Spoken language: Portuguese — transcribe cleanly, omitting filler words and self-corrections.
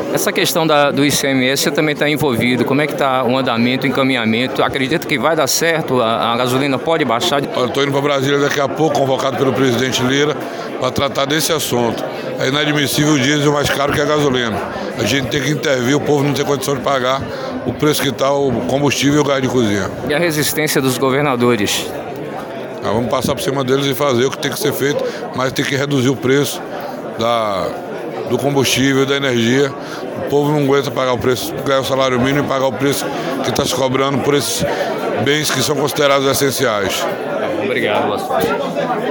Essa questão do ICMS você também está envolvido. Como é que está o andamento, o encaminhamento? Acredita que vai dar certo? A gasolina pode baixar? Eu estou indo para Brasília daqui a pouco, convocado pelo presidente Lira, para tratar desse assunto. É inadmissível o diesel mais caro que a gasolina. A gente tem que intervir, o povo não tem condição de pagar o preço que está o combustível e o gás de cozinha. E a resistência dos governadores? Vamos passar por cima deles e fazer o que tem que ser feito, mas tem que reduzir o preço do combustível, da energia. O povo não aguenta pagar o preço, ganhar o salário mínimo e pagar o preço que está se cobrando por esses bens que são considerados essenciais. Obrigado, Bastante.